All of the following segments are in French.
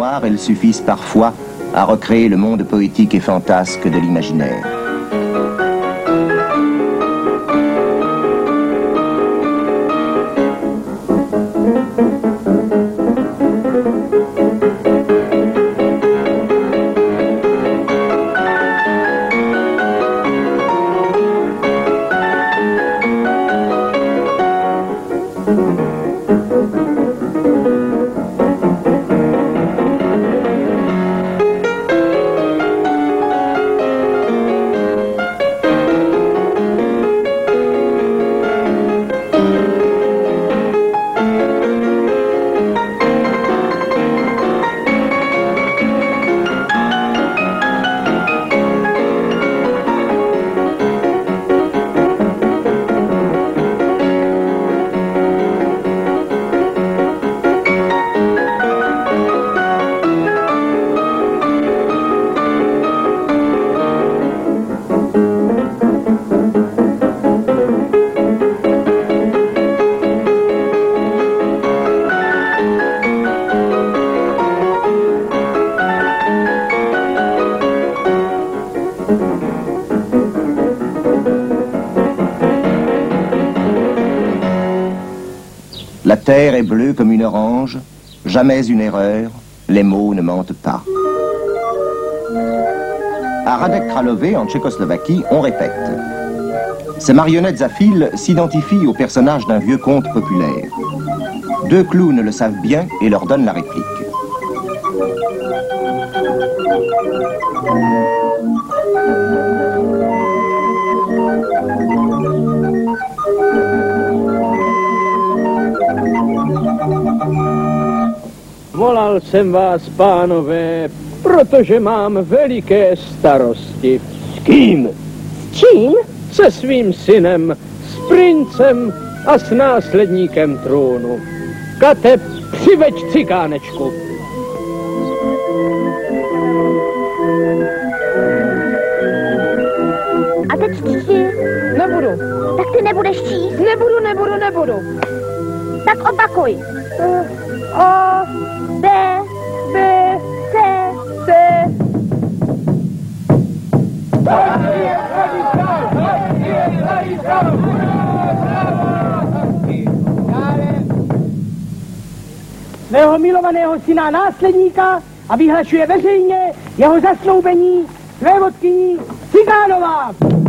noires, elles suffisent parfois à recréer le monde poétique et fantasque de l'imaginaire. La terre est bleue comme une orange, jamais une erreur, les mots ne mentent pas. À Radek Králové, en Tchécoslovaquie, on répète. Ces marionnettes à fil s'identifient au personnage d'un vieux conte populaire. Deux clowns le savent bien et leur donnent la réplique. Volal jsem vás, pánové, protože mám veliké starosti. S kým? S čím? Se svým synem, s princem a s následníkem trůnu. Kate, přiveď cikánečku. A teď čti. Nebudu. Tak ty nebudeš číst? Nebudu. Tak opakuj. O, B, C. Svého milovaného syna následníka a vyhlašuje veřejně jeho zasnoubení své vodkyní Cigánová.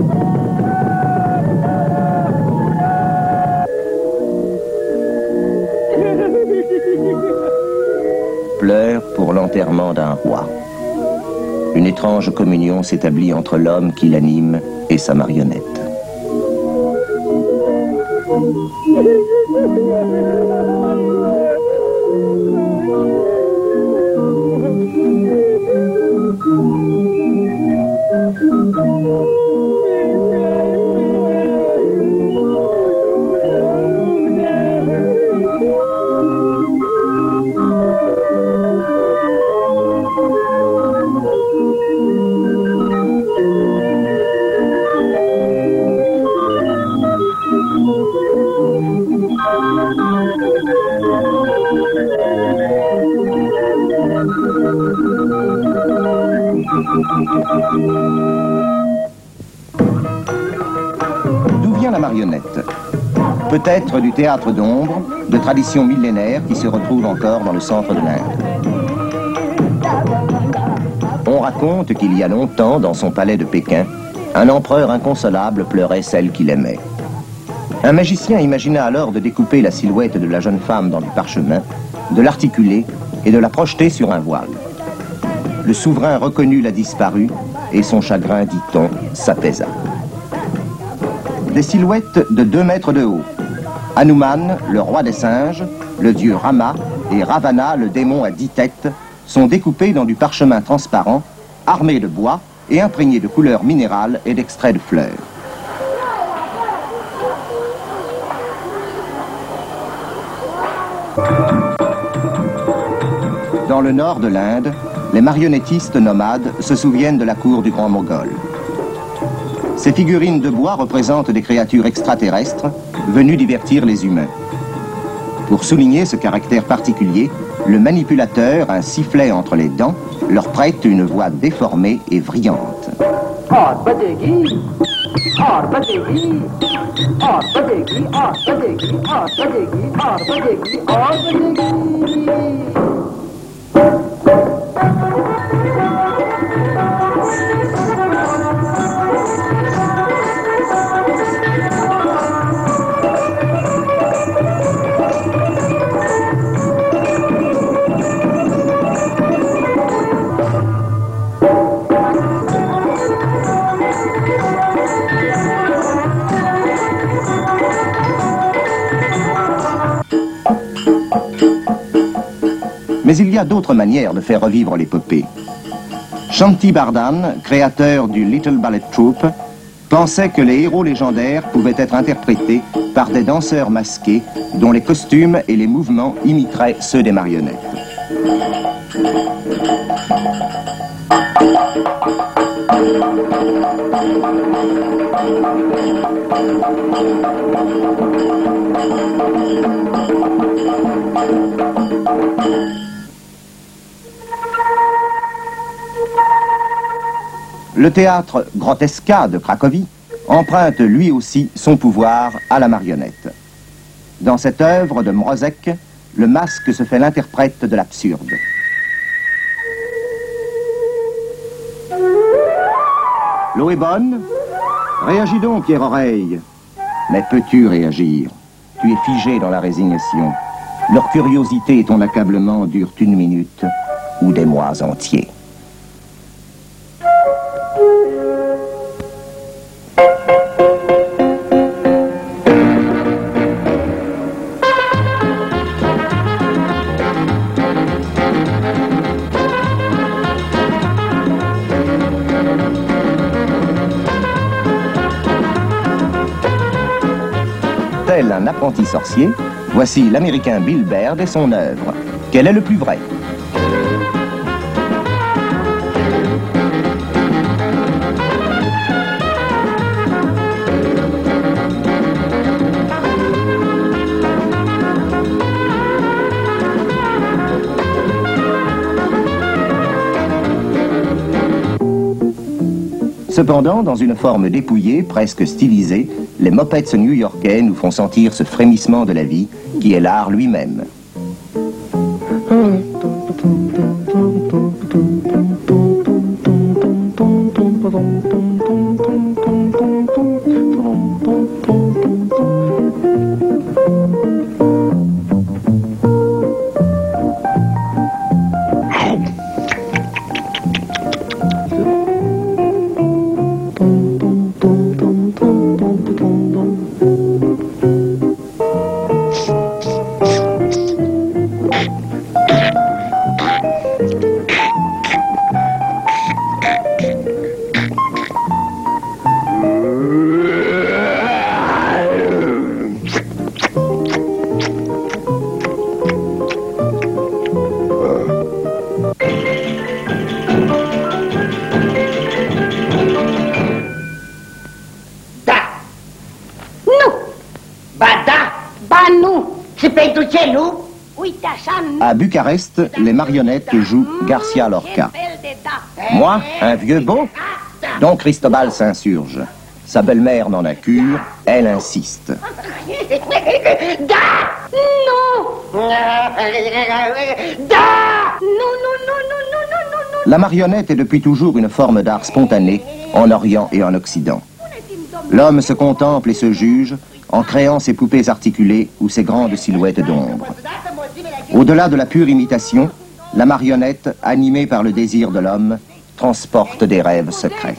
Pleure pour l'enterrement d'un roi. Une étrange communion s'établit entre l'homme qui l'anime et sa marionnette. D'où vient la marionnette? Peut-être du théâtre d'ombre, de tradition millénaire qui se retrouve encore dans le centre de l'Inde. On raconte qu'il y a longtemps, dans son palais de Pékin, un empereur inconsolable pleurait celle qu'il aimait. Un magicien imagina alors de découper la silhouette de la jeune femme dans du parchemin, de l'articuler et de la projeter sur un voile. Le souverain reconnut la disparue et son chagrin, dit-on, s'apaisa. Des silhouettes de 2 mètres de haut. Hanuman, le roi des singes, le dieu Rama et Ravana, le démon à 10 têtes, sont découpés dans du parchemin transparent, armés de bois et imprégnés de couleurs minérales et d'extraits de fleurs. Dans le nord de l'Inde, les marionnettistes nomades se souviennent de la cour du Grand Mogol. Ces figurines de bois représentent des créatures extraterrestres venues divertir les humains. Pour souligner ce caractère particulier, le manipulateur, un sifflet entre les dents, leur prête une voix déformée et vrillante. Mais il y a d'autres manières de faire revivre l'épopée. Shanti Bardhan, créateur du Little Ballet Troupe, pensait que les héros légendaires pouvaient être interprétés par des danseurs masqués dont les costumes et les mouvements imiteraient ceux des marionnettes. Le théâtre Grotesca de Cracovie emprunte lui aussi son pouvoir à la marionnette. Dans cette œuvre de Mrozek, le masque se fait l'interprète de l'absurde. L'eau est bonne? Réagis donc, Pierre-Oreille. Mais peux-tu réagir? Tu es figé dans la résignation. Leur curiosité et ton accablement durent 1 minute ou des mois entiers. Tel un apprenti sorcier, voici l'Américain Bill Baird et son œuvre. Quel est le plus vrai? Cependant, dans une forme dépouillée, presque stylisée, les Muppets new-yorkais nous font sentir ce frémissement de la vie qui est l'art lui-même. À Bucarest, les marionnettes jouent Garcia Lorca. Moi, un vieux beau? Don Cristobal s'insurge. Sa belle-mère n'en a cure, elle insiste. La marionnette est depuis toujours une forme d'art spontané en Orient et en Occident. L'homme se contemple et se juge en créant ses poupées articulées ou ses grandes silhouettes d'ombre. Au-delà de la pure imitation, la marionnette, animée par le désir de l'homme, transporte des rêves secrets.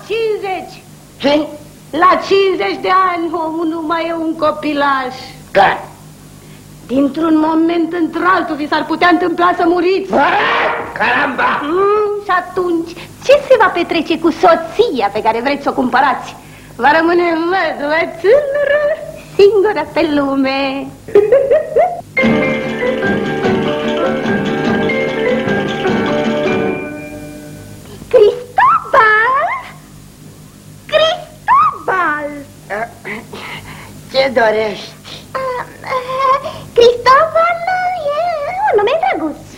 La 50 de ani omul nu mai e un copilaș. Dintr-un moment într-altul vi s-ar putea întâmpla să muriți. Caramba! Și atunci, ce se va petrece cu soția pe care vreți să o cumpărați? Va rămâne văduvă tânără, singură pe lume. Ce dorești? Cristobal e un nume drăguț.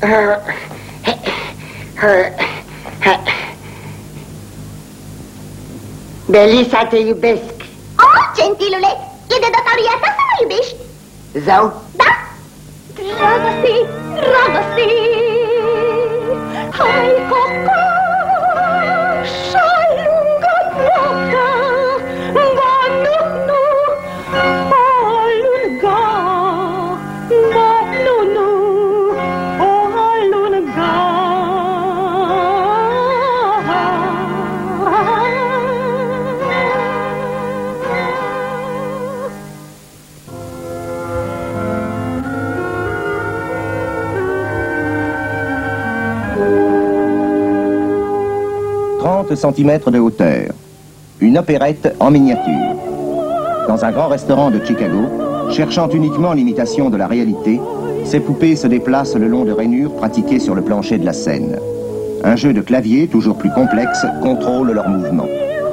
Belisa, te iubesc. Oh, gentilule, e de datoria ta să mă iubești? Zău? Da? Dragoste, dragoste, hai cocoș, alungă noaptea, ba nu, alunga, ba nu, alunga. Centimètres de hauteur. Une opérette en miniature. Dans un grand restaurant de Chicago, cherchant uniquement l'imitation de la réalité, ces poupées se déplacent le long de rainures pratiquées sur le plancher de la scène. Un jeu de clavier toujours plus complexe contrôle leurs mouvements.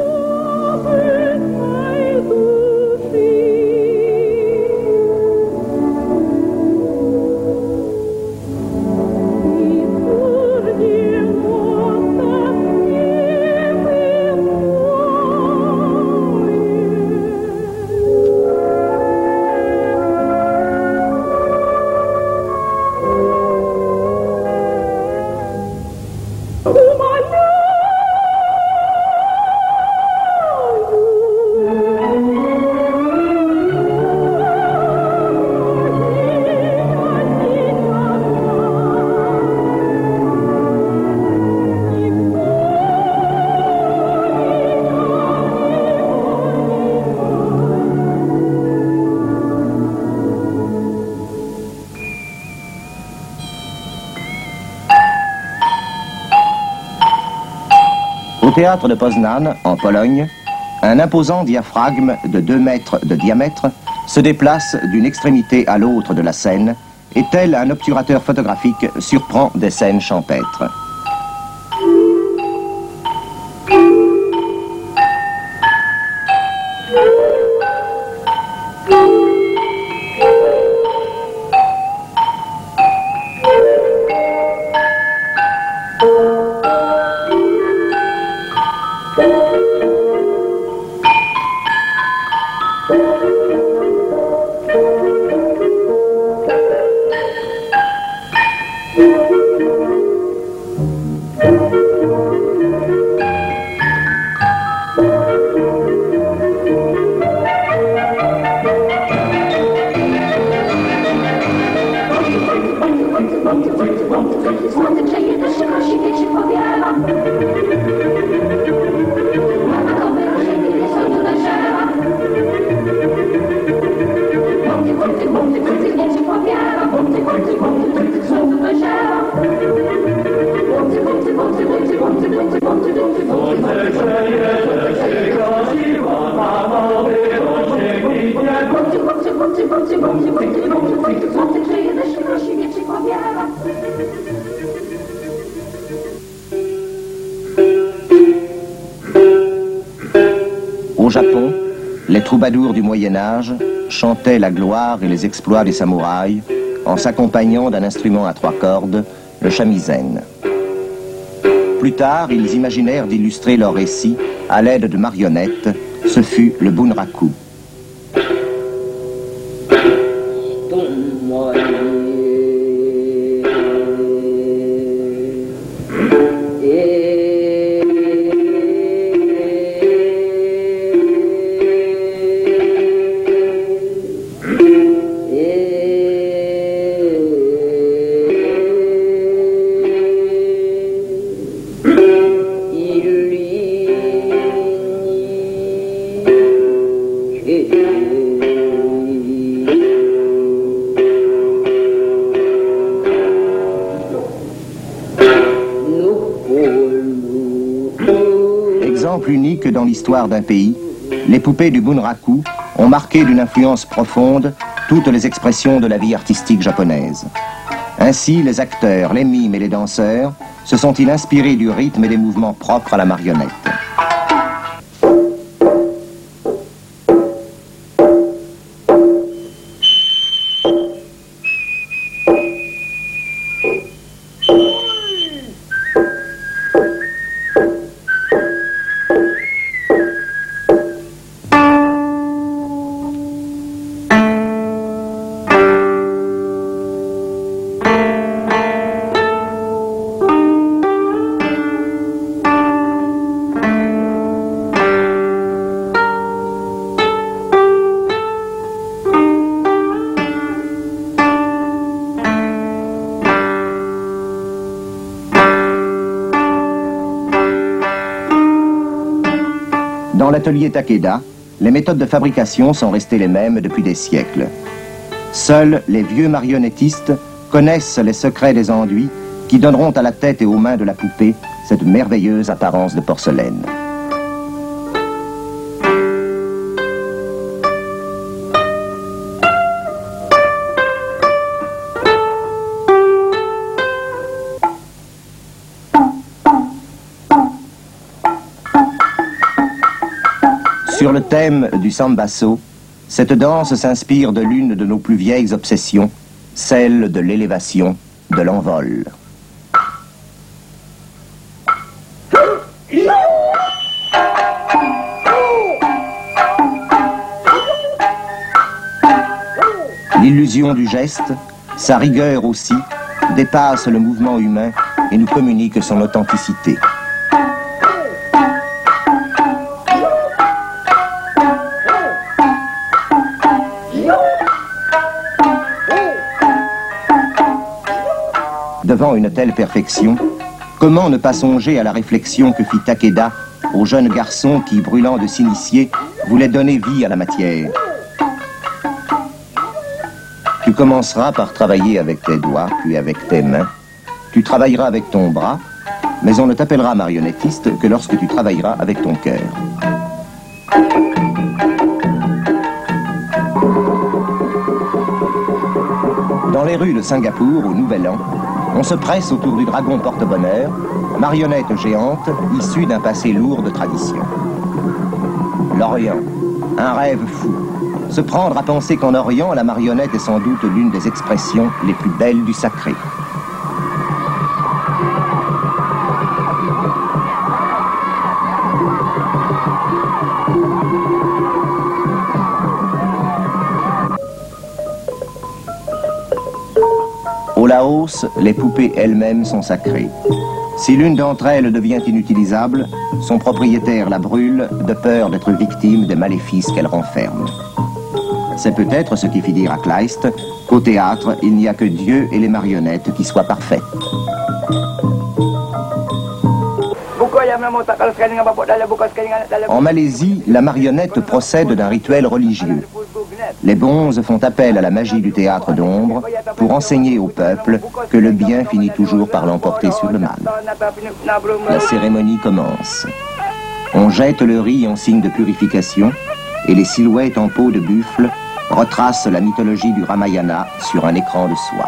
Au théâtre de Poznan, en Pologne, un imposant diaphragme de 2 mètres de diamètre se déplace d'une extrémité à l'autre de la scène et tel un obturateur photographique surprend des scènes champêtres. Au Japon, les troubadours du Moyen-Âge chantaient la gloire et les exploits des samouraïs en s'accompagnant d'un instrument à 3 cordes, le shamisen. Plus tard, ils imaginèrent d'illustrer leur récit à l'aide de marionnettes. Ce fut le bunraku. Exemple unique dans l'histoire d'un pays, les poupées du bunraku ont marqué d'une influence profonde toutes les expressions de la vie artistique japonaise. Ainsi, les acteurs, les mimes et les danseurs se sont-ils inspirés du rythme et des mouvements propres à la marionnette. Dans l'atelier Takeda, les méthodes de fabrication sont restées les mêmes depuis des siècles. Seuls les vieux marionnettistes connaissent les secrets des enduits qui donneront à la tête et aux mains de la poupée cette merveilleuse apparence de porcelaine. Sur le thème du sambasso, cette danse s'inspire de l'une de nos plus vieilles obsessions, celle de l'élévation, de l'envol. L'illusion du geste, sa rigueur aussi, dépasse le mouvement humain et nous communique son authenticité. Devant une telle perfection, comment ne pas songer à la réflexion que fit Takeda au jeune garçon qui, brûlant de s'initier, voulait donner vie à la matière. Tu commenceras par travailler avec tes doigts, puis avec tes mains. Tu travailleras avec ton bras, mais on ne t'appellera marionnettiste que lorsque tu travailleras avec ton cœur. Dans les rues de Singapour, au Nouvel An, on se presse autour du dragon porte-bonheur, marionnette géante issue d'un passé lourd de tradition. L'Orient, un rêve fou. Se prendre à penser qu'en Orient, la marionnette est sans doute l'une des expressions les plus belles du sacré. Au Laos, les poupées elles-mêmes sont sacrées. Si l'une d'entre elles devient inutilisable, son propriétaire la brûle de peur d'être victime des maléfices qu'elle renferme. C'est peut-être ce qui fit dire à Kleist qu'au théâtre, il n'y a que Dieu et les marionnettes qui soient parfaites. En Malaisie, la marionnette procède d'un rituel religieux. Les bonzes font appel à la magie du théâtre d'ombre pour enseigner au peuple que le bien finit toujours par l'emporter sur le mal. La cérémonie commence. On jette le riz en signe de purification et les silhouettes en peau de buffle retracent la mythologie du Ramayana sur un écran de soie.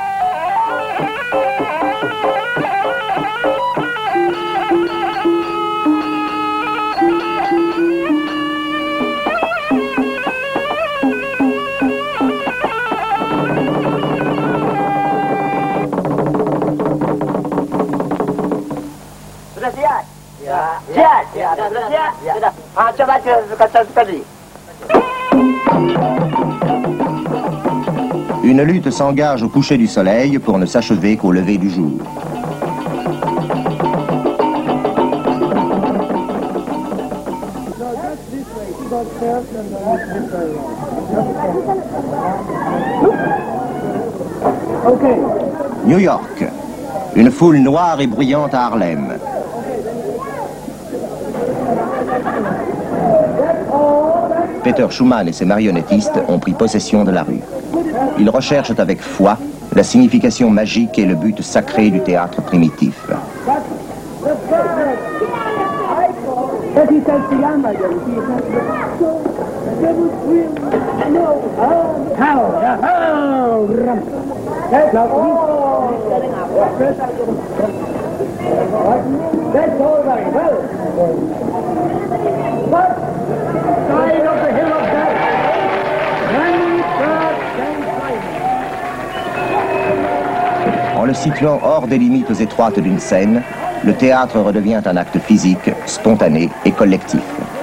Une lutte s'engage au coucher du soleil pour ne s'achever qu'au lever du jour. New York, une foule noire et bruyante à Harlem. Peter Schumann et ses marionnettistes ont pris possession de la rue. Ils recherchent avec foi la signification magique et le but sacré du théâtre primitif. En le cyclant hors des limites étroites d'une scène, le théâtre redevient un acte physique, spontané et collectif.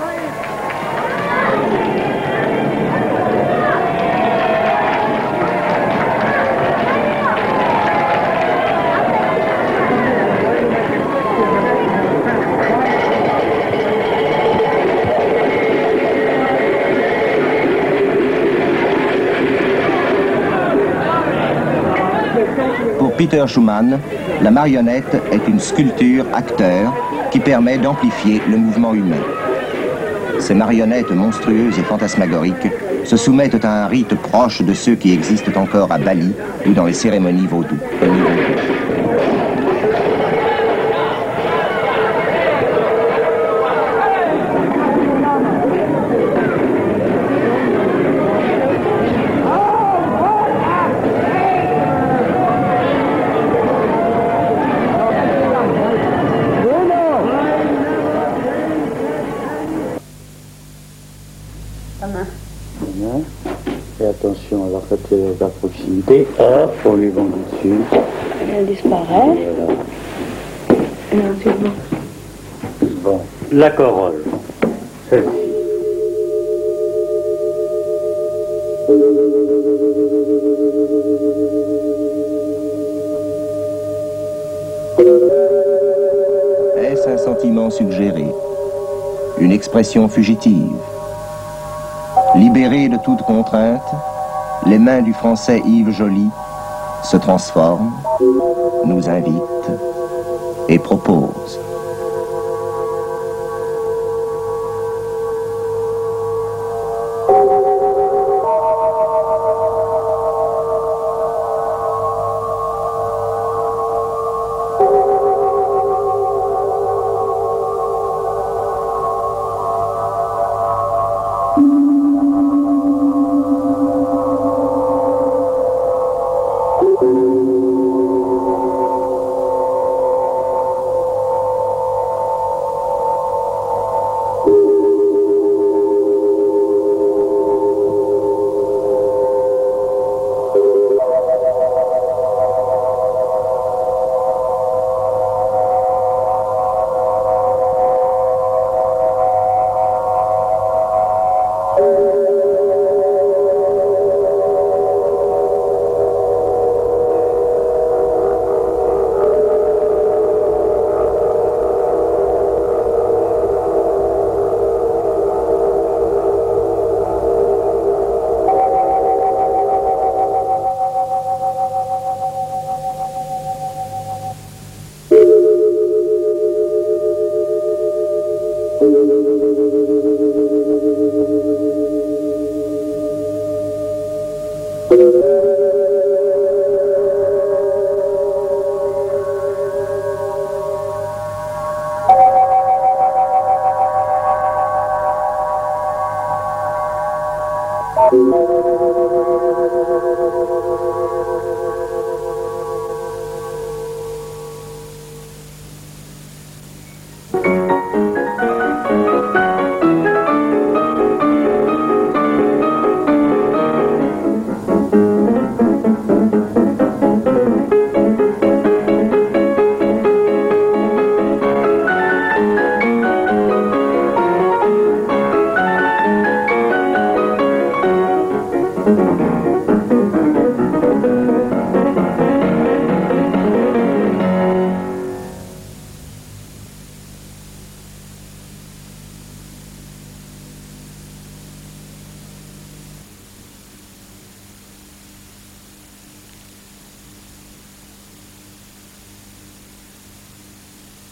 Pour Peter Schumann, la marionnette est une sculpture acteur qui permet d'amplifier le mouvement humain. ces marionnettes monstrueuses et fantasmagoriques se soumettent à un rite proche de ceux qui existent encore à Bali ou dans les cérémonies vaudou. Et attention, alors quand elle est à proximité, hop, on lui bande dessus. Elle disparaît. Voilà. Et ensuite, bon. Bon, la corolle. Celle-ci. Est-ce un sentiment suggéré? Une expression fugitive? Libérées de toute contrainte, les mains du Français Yves Joly se transforment, nous invitent et proposent.